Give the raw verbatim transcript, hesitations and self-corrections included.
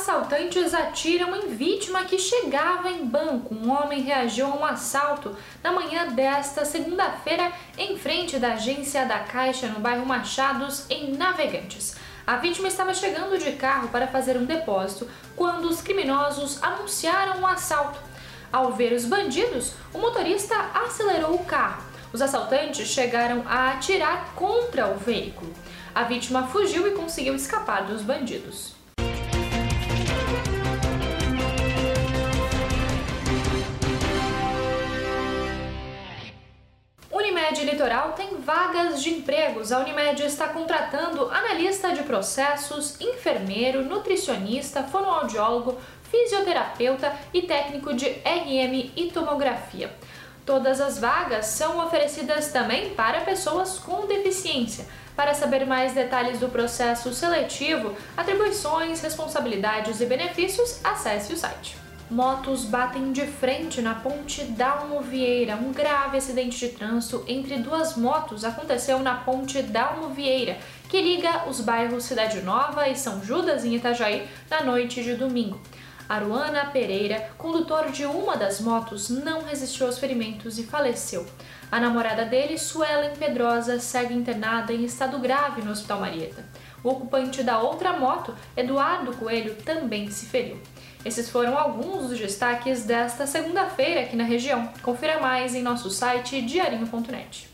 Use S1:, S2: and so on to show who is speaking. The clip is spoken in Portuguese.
S1: Assaltantes atiram em vítima que chegava em banco. Um homem reagiu a um assalto na manhã desta segunda-feira em frente da agência da Caixa no bairro Machados, em Navegantes. A vítima estava chegando de carro para fazer um depósito quando os criminosos anunciaram o assalto. Ao ver os bandidos, o motorista acelerou o carro. Os assaltantes chegaram a atirar contra o veículo. A vítima fugiu e conseguiu escapar dos bandidos. Unimed Litoral tem vagas de empregos. A Unimed está contratando analista de processos, enfermeiro, nutricionista, fonoaudiólogo, fisioterapeuta e técnico de R M e tomografia. Todas as vagas são oferecidas também para pessoas com deficiência. Para saber mais detalhes do processo seletivo, atribuições, responsabilidades e benefícios, acesse o site. Motos batem de frente na ponte Dalmo Vieira. Um grave acidente de trânsito entre duas motos aconteceu na ponte Dalmo Vieira, que liga os bairros Cidade Nova e São Judas, em Itajaí, na noite de domingo. Aruana Pereira, condutor de uma das motos, não resistiu aos ferimentos e faleceu. A namorada dele, Suelen Pedrosa, segue internada em estado grave no Hospital Marieta. O ocupante da outra moto, Eduardo Coelho, também se feriu. Esses foram alguns dos destaques desta segunda-feira aqui na região. Confira mais em nosso site diarinho ponto net.